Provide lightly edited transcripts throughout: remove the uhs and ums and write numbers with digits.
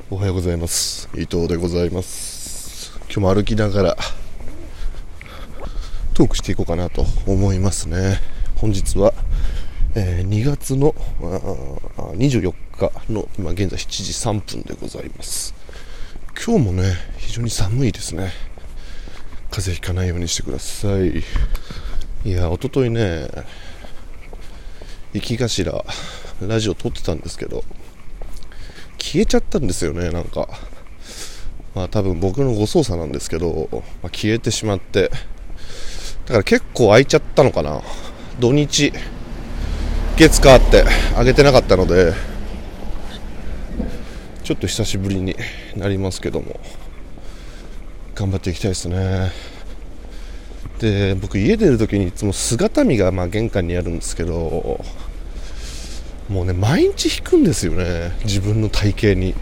おはようございます。伊藤でございます。今日も歩きながらトークしていこうかなと思いますね。本日は、2月の24日の今現在7時3分でございます。今日もね非常に寒いですね。風邪ひかないようにしてください。いや、一昨日ね生き頭ラジオ撮ってたんですけど消えちゃったんですよね。なんか多分僕の誤操作なんですけど、消えてしまって、だから結構空いちゃったのかな。土日月火って上げてなかったのでちょっと久しぶりになりますけども頑張っていきたいですね。で、僕家出るときにいつも姿見が玄関にあるんですけど、もうね毎日引くんですよね、自分の体型に。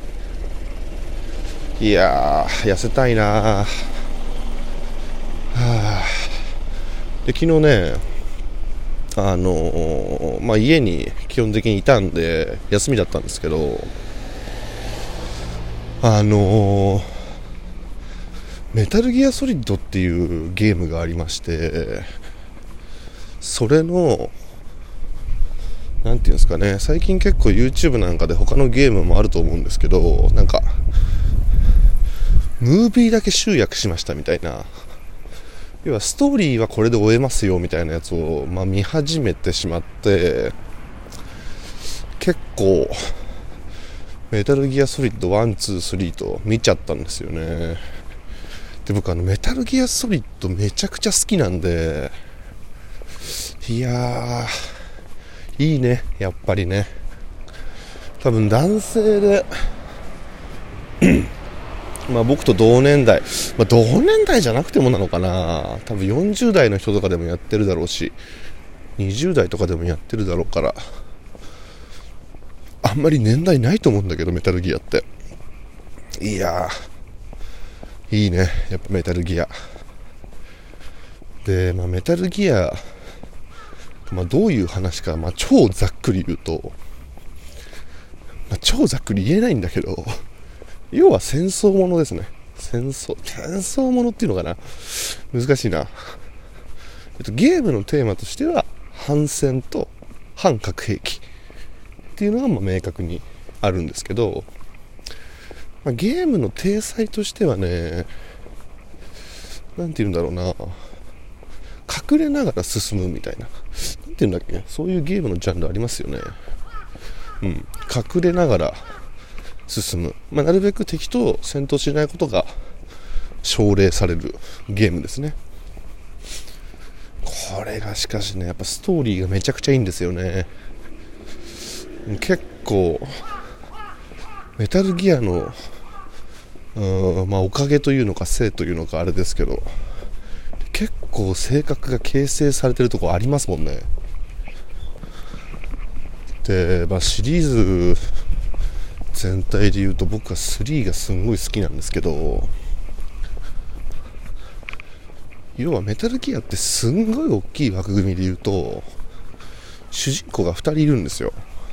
いやー痩せたいなで、昨日ね家に基本的にいたんで休みだったんですけど、メタルギアソリッドっていうゲームがありまして、それのなんていうんですかね、最近結構 YouTube なんかで他のゲームもあると思うんですけど、なんかムービーだけ集約しましたみたいな、要はストーリーはこれで終えますよみたいなやつを、見始めてしまって、結構メタルギアソリッド1、2、3と見ちゃったんですよね。で、僕メタルギアソリッドめちゃくちゃ好きなんで、いやーいいね、やっぱりね。多分男性で僕と同年代、同年代じゃなくてもなのかな、多分40代の人とかでもやってるだろうし、20代とかでもやってるだろうから、あんまり年代ないと思うんだけど、メタルギアって。いやーいいね、やっぱメタルギアで、メタルギア、どういう話か、超ざっくり言うと、超ざっくり言えないんだけど、要は戦争ものですね。戦争ものっていうのかな、難しいな。ゲームのテーマとしては反戦と反核兵器っていうのが明確にあるんですけど、ゲームの体裁としてはね、なんていうんだろうな、隠れながら進むみたいな、なんていうんだっけ、そういうゲームのジャンルありますよね。隠れながら進む、なるべく敵と戦闘しないことが奨励されるゲームですね。これがしかしね、やっぱストーリーがめちゃくちゃいいんですよね。結構メタルギアのおかげというのかせいというのかあれですけど、結構性格が形成されてるところありますもんね。で、シリーズ全体で言うと僕は3がすんごい好きなんですけど、要はメタルギアってすんごい大きい枠組みで言うと主人公が2人いるんですよ。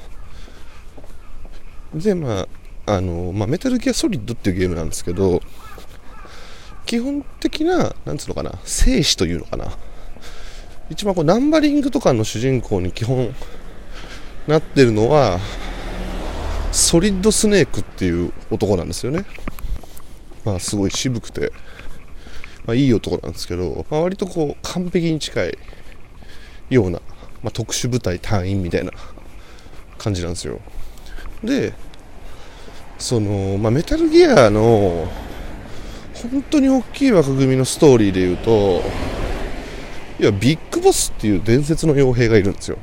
でメタルギアソリッドっていうゲームなんですけど、基本的ななんつうのかな、生死というのかな、一番ナンバリングとかの主人公に基本なってるのはソリッドスネークっていう男なんですよね。すごい渋くて、いい男なんですけど、割と完璧に近いような、特殊部隊隊員みたいな感じなんですよ。で、メタルギアの本当に大きい枠組みのストーリーでいうと、いやビッグボスっていう伝説の傭兵がいるんですよ。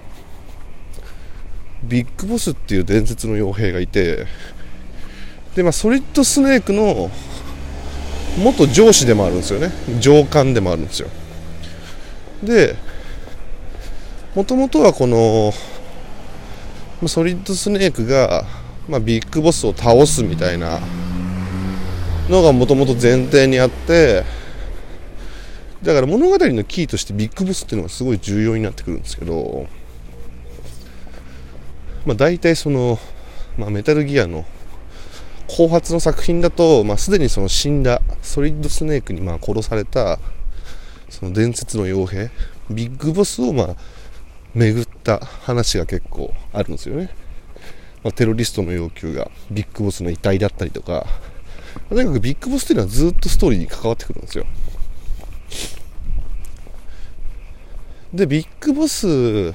ビッグボスっていう伝説の傭兵がいて、でソリッドスネークの元上司でもあるんですよね。上官でもあるんですよ。で、もともとはこのソリッドスネークが、ビッグボスを倒すみたいなのがもともと前提にあって、だから物語のキーとしてビッグボスっていうのがすごい重要になってくるんですけど、大体メタルギアの後発の作品だと、すでにその死んだソリッドスネークに殺されたその伝説の傭兵ビッグボスを巡った話が結構あるんですよね。テロリストの要求がビッグボスの遺体だったりとか、とにかくビッグボスっていうのはずっとストーリーに関わってくるんですよ。でビッグボス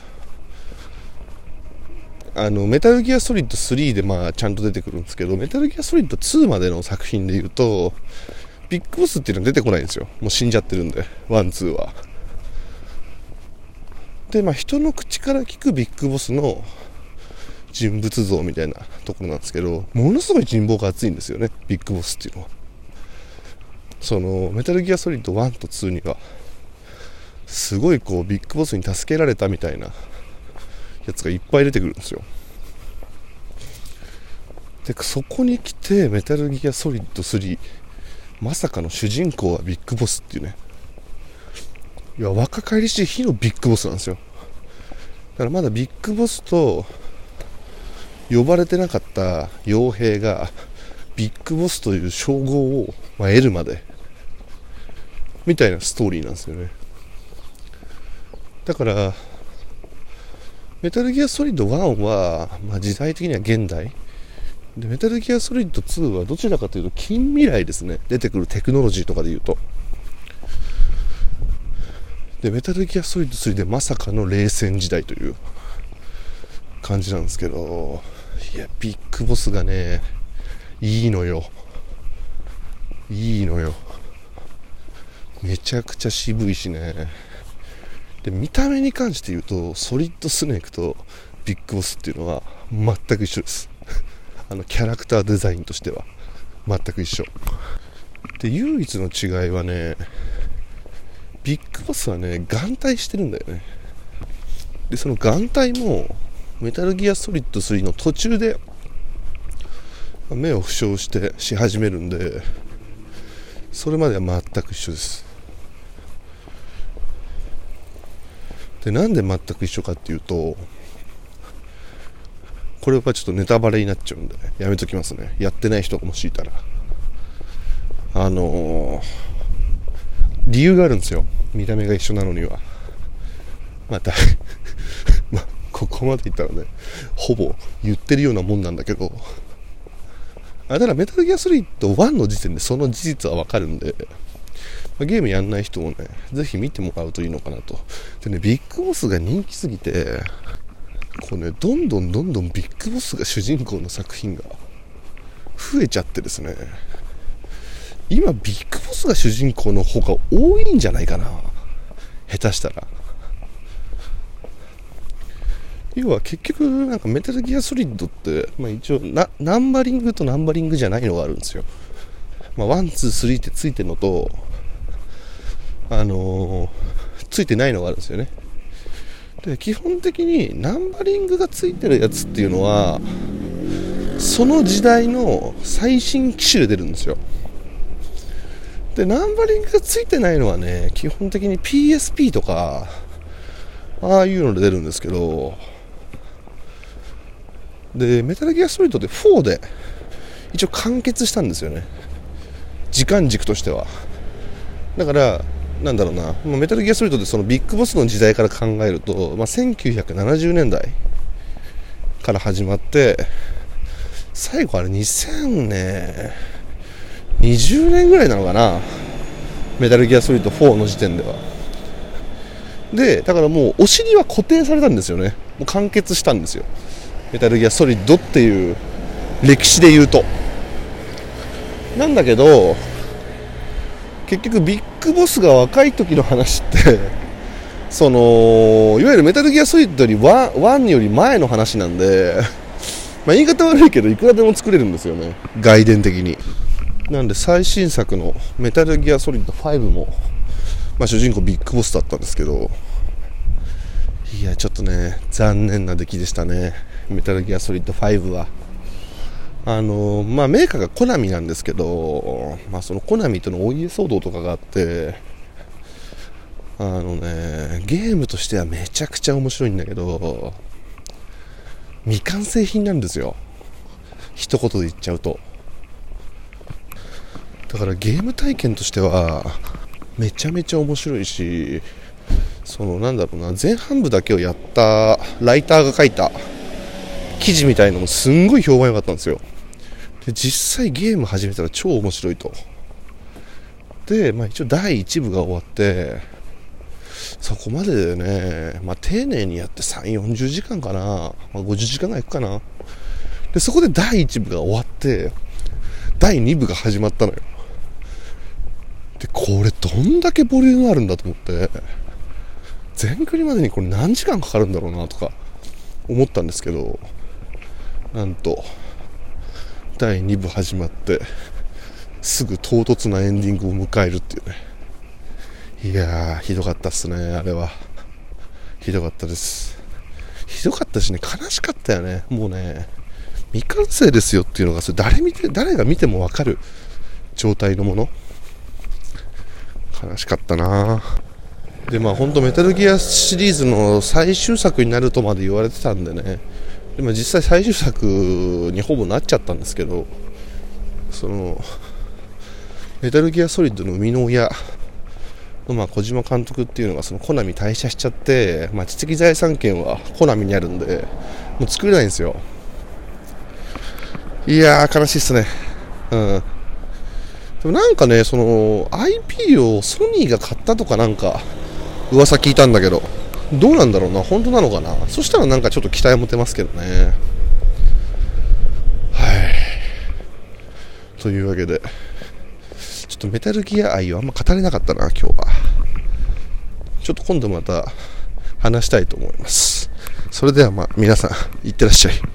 メタルギアソリッド3でちゃんと出てくるんですけど、メタルギアソリッド2までの作品でいうとビッグボスっていうのは出てこないんですよ。もう死んじゃってるんで、1、2は。で人の口から聞くビッグボスの人物像みたいなところなんですけど、ものすごい人望が厚いんですよね、ビッグボスっていうのは。そのメタルギアソリッド1と2にはすごいビッグボスに助けられたみたいなやつがいっぱい出てくるんですよ。でそこに来てメタルギアソリッド3、まさかの主人公はビッグボスっていうね。いや、若返りしい日のビッグボスなんですよ。だからまだビッグボスと呼ばれてなかった傭兵がビッグボスという称号を得るまでみたいなストーリーなんですよね。だからメタルギアソリッド1は、時代的には現代で、メタルギアソリッド2はどちらかというと近未来ですね。出てくるテクノロジーとかでいうと。でメタルギアソリッド3でまさかの冷戦時代という感じなんですけど、いやビッグボスがねいいのよ。めちゃくちゃ渋いしね。で見た目に関して言うとソリッドスネークとビッグボスっていうのは全く一緒ですキャラクターデザインとしては全く一緒で、唯一の違いはね、ビッグボスはね眼帯してるんだよね。でその眼帯もメタルギアソリッド3の途中で目を負傷してし始めるんで、それまでは全く一緒です。でなんで全く一緒かっていうと、これはちょっとネタバレになっちゃうんでやめときますね。やってない人がもしいたら理由があるんですよ。見た目が一緒なのにはここまで言ったらねほぼ言ってるようなもんなんだけど、だからメタルギアソリッド1の時点でその事実はわかるんで、ゲームやんない人もねぜひ見てもらうといいのかなと。でねビッグボスが人気すぎてどんどんビッグボスが主人公の作品が増えちゃってですね、今ビッグボスが主人公の方が多いんじゃないかな、下手したら。要は結局メタルギアソリッドって、一応ナンバリングとナンバリングじゃないのがあるんですよ。1、2、3ってついてるのとついてないのがあるんですよね。で基本的にナンバリングがついてるやつっていうのはその時代の最新機種で出るんですよ。でナンバリングがついてないのはね基本的に PSP とかああいうので出るんですけど、でメタルギアソリッドで4で一応完結したんですよね、時間軸としては。だからメタルギアソリッドでそのビッグボスの時代から考えると、1970年代から始まって最後あれ2020年ぐらいなのかな、メタルギアソリッド4の時点では。でだからもうお尻は固定されたんですよね。もう完結したんですよ、メタルギアソリッドっていう歴史で言うと。なんだけど結局ビッグボスが若い時の話っていわゆるメタルギアソリッドより1より前の話なんで、言い方悪いけどいくらでも作れるんですよね、外伝的に。なんで最新作のメタルギアソリッド5も、主人公ビッグボスだったんですけど、いやちょっとね残念な出来でしたね、メタルギアソリッド5は。メーカーがコナミなんですけど、そのコナミとのお家騒動とかがあって、ゲームとしてはめちゃくちゃ面白いんだけど未完成品なんですよ、一言で言っちゃうと。 だからゲーム体験としてはめちゃめちゃ面白いし、なんだろうな、前半部だけをやったライターが書いた記事みたいのもすんごい評判良かったんですよ。で実際ゲーム始めたら超面白いと。で、一応第1部が終わって、そこまででね、丁寧にやって3、40時間かな、50時間がいくかな。でそこで第1部が終わって第2部が始まったのよ。でこれどんだけボリュームあるんだと思って、全クリまでにこれ何時間かかるんだろうなとか思ったんですけど、なんと第2部始まってすぐ唐突なエンディングを迎えるっていうね。いやーひどかったっすね。あれはひどかったです。ひどかったしね、悲しかったよね。もうね、未完成ですよっていうのがそれ誰が見ても分かる状態のもの。悲しかったな。で本当メタルギアシリーズの最終作になるとまで言われてたんでね。で実際最終作にほぼなっちゃったんですけど、メタルギアソリッドの生みの親の小島監督っていうのがコナミ退社しちゃって、知的財産権はコナミにあるんでもう作れないんですよ。いやー悲しいっすね。でもなんかね、IP をソニーが買ったとかなんか噂聞いたんだけど、どうなんだろうな、本当なのかな。そしたらなんかちょっと期待持てますけどね。はい。というわけで、ちょっとメタルギア愛をあんま語れなかったな今日は。ちょっと今度また話したいと思います。それでは皆さんいってらっしゃい。